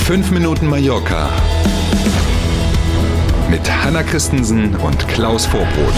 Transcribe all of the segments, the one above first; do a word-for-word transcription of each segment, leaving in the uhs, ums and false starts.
fünf Minuten Mallorca mit Hanna Christensen und Klaus Vorbrot.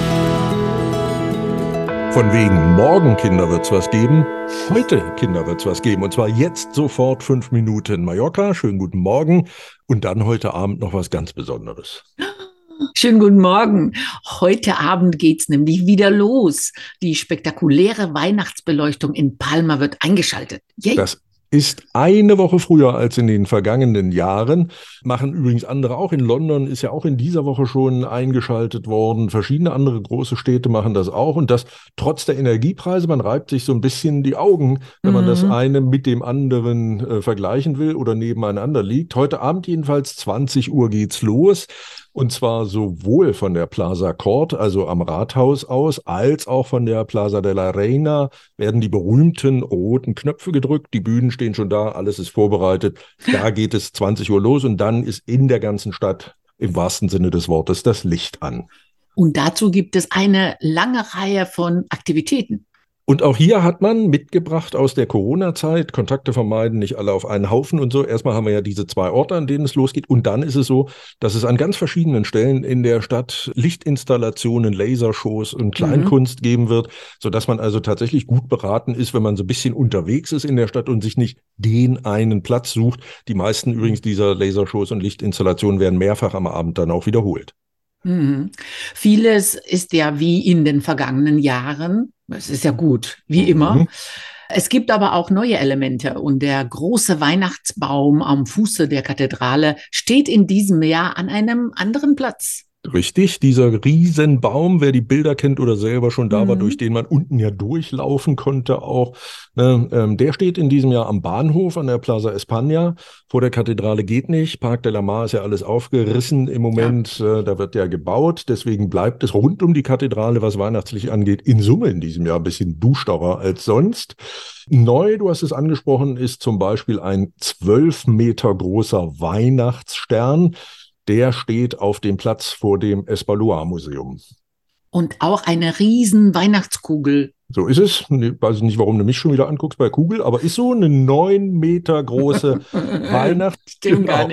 Von wegen morgen, Kinder, wird's was geben. Heute, Kinder, wird's was geben. Und zwar jetzt sofort fünf Minuten Mallorca. Schönen guten Morgen. Und dann heute Abend noch was ganz Besonderes. Schönen guten Morgen. Heute Abend geht's nämlich wieder los. Die spektakuläre Weihnachtsbeleuchtung in Palma wird eingeschaltet. Yay. Das ist eine Woche früher als in den vergangenen Jahren. Machen übrigens andere auch. In London ist ja auch in dieser Woche schon eingeschaltet worden. Verschiedene andere große Städte machen das auch. Und das trotz der Energiepreise. Man reibt sich so ein bisschen die Augen, wenn man mhm. das eine mit dem anderen äh, vergleichen will oder nebeneinander liegt. Heute Abend jedenfalls zwanzig Uhr geht's los. Und zwar sowohl von der Plaza Cort, also am Rathaus aus, als auch von der Plaza de la Reina werden die berühmten roten Knöpfe gedrückt. Die Bühnen stehen schon da, alles ist vorbereitet. Da geht es zwanzig Uhr los und dann ist in der ganzen Stadt im wahrsten Sinne des Wortes das Licht an. Und dazu gibt es eine lange Reihe von Aktivitäten. Und auch hier hat man mitgebracht aus der Corona-Zeit, Kontakte vermeiden, nicht alle auf einen Haufen und so. Erstmal haben wir ja diese zwei Orte, an denen es losgeht. Und dann ist es so, dass es an ganz verschiedenen Stellen in der Stadt Lichtinstallationen, Lasershows und Kleinkunst mhm. geben wird, sodass man also tatsächlich gut beraten ist, wenn man so ein bisschen unterwegs ist in der Stadt und sich nicht den einen Platz sucht. Die meisten übrigens dieser Lasershows und Lichtinstallationen werden mehrfach am Abend dann auch wiederholt. Mhm. Vieles ist ja wie in den vergangenen Jahren. Es ist ja gut, wie mhm. immer. Es gibt aber auch neue Elemente und der große Weihnachtsbaum am Fuße der Kathedrale steht in diesem Jahr an einem anderen Platz. Richtig, dieser Riesenbaum, wer die Bilder kennt oder selber schon da mhm. war, durch den man unten ja durchlaufen konnte auch, ne, ähm, der steht in diesem Jahr am Bahnhof an der Plaza España. Vor der Kathedrale geht nicht, Parc de la Mar ist ja alles aufgerissen im Moment, ja. äh, da wird ja gebaut, deswegen bleibt es rund um die Kathedrale, was Weihnachtslicht angeht, in Summe in diesem Jahr ein bisschen dusterer als sonst. Neu, du hast es angesprochen, ist zum Beispiel ein zwölf Meter großer Weihnachtsstern. Der steht auf dem Platz vor dem Espaloir-Museum. Und auch eine riesen Weihnachtskugel. So ist es. Ich weiß nicht, warum du mich schon wieder anguckst bei Kugel, aber ist so eine neun Meter große Weihnachtskugel, genau,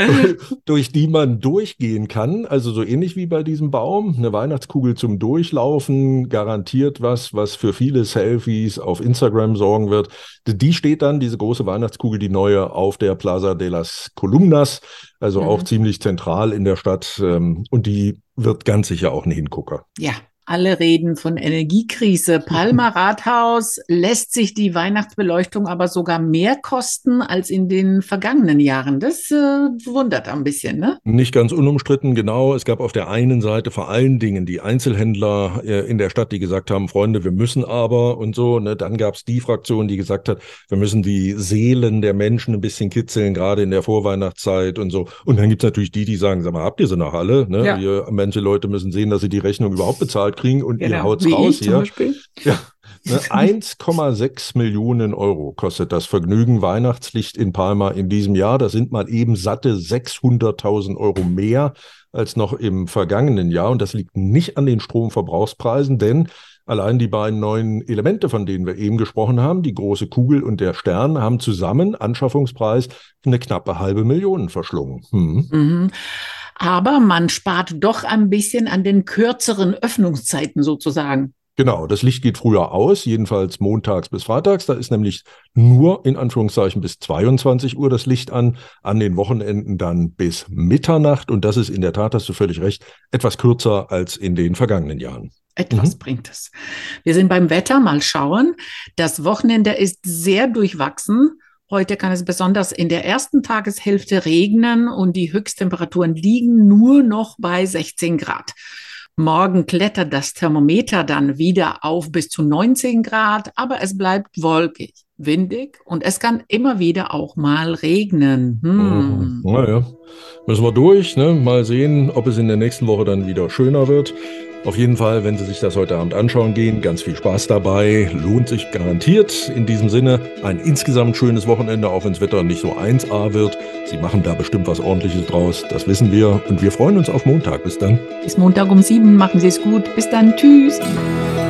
durch die man durchgehen kann. Also so ähnlich wie bei diesem Baum. Eine Weihnachtskugel zum Durchlaufen, garantiert was, was für viele Selfies auf Instagram sorgen wird. Die steht dann, diese große Weihnachtskugel, die neue, auf der Plaza de las Columnas, also mhm. auch ziemlich zentral in der Stadt. Und die wird ganz sicher auch ein Hingucker. Ja. Alle reden von Energiekrise. Palma Rathaus lässt sich die Weihnachtsbeleuchtung aber sogar mehr kosten als in den vergangenen Jahren. Das äh, wundert ein bisschen, ne? Nicht ganz unumstritten, genau. Es gab auf der einen Seite vor allen Dingen die Einzelhändler äh, in der Stadt, die gesagt haben, Freunde, wir müssen aber und so. Ne? Dann gab es die Fraktion, die gesagt hat, wir müssen die Seelen der Menschen ein bisschen kitzeln, gerade in der Vorweihnachtszeit und so. Und dann gibt es natürlich die, die sagen, sag mal, habt ihr sie noch alle? Ne? Ja. Ihr, manche Leute müssen sehen, dass sie die Rechnung überhaupt bezahlt kriegen und genau. ihr haut's Wie raus ich hier. Zum Beispiel. Ja, ne, eins Komma sechs Millionen Euro kostet das Vergnügen Weihnachtslicht in Palma in diesem Jahr. Das sind mal eben satte sechshunderttausend Euro mehr als noch im vergangenen Jahr. Und das liegt nicht an den Stromverbrauchspreisen, denn allein die beiden neuen Elemente, von denen wir eben gesprochen haben, die große Kugel und der Stern, haben zusammen Anschaffungspreis eine knappe halbe Million verschlungen. Hm. Mhm. Aber man spart doch ein bisschen an den kürzeren Öffnungszeiten sozusagen. Genau, das Licht geht früher aus, jedenfalls montags bis freitags. Da ist nämlich nur in Anführungszeichen bis zweiundzwanzig Uhr das Licht an, an den Wochenenden dann bis Mitternacht. Und das ist in der Tat, hast du völlig recht, etwas kürzer als in den vergangenen Jahren. Etwas mhm. bringt es. Wir sind beim Wetter, mal schauen. Das Wochenende ist sehr durchwachsen. Heute kann es besonders in der ersten Tageshälfte regnen und die Höchsttemperaturen liegen nur noch bei sechzehn Grad. Morgen klettert das Thermometer dann wieder auf bis zu neunzehn Grad, aber es bleibt wolkig, windig und es kann immer wieder auch mal regnen. Hm. Naja, müssen wir durch, ne? Mal sehen, ob es in der nächsten Woche dann wieder schöner wird. Auf jeden Fall, wenn Sie sich das heute Abend anschauen gehen, ganz viel Spaß dabei, lohnt sich garantiert. In diesem Sinne ein insgesamt schönes Wochenende, auch wenn das Wetter nicht so eins A wird. Sie machen da bestimmt was Ordentliches draus, das wissen wir. Und wir freuen uns auf Montag. Bis dann. Bis Montag um sieben, machen Sie es gut. Bis dann, tschüss.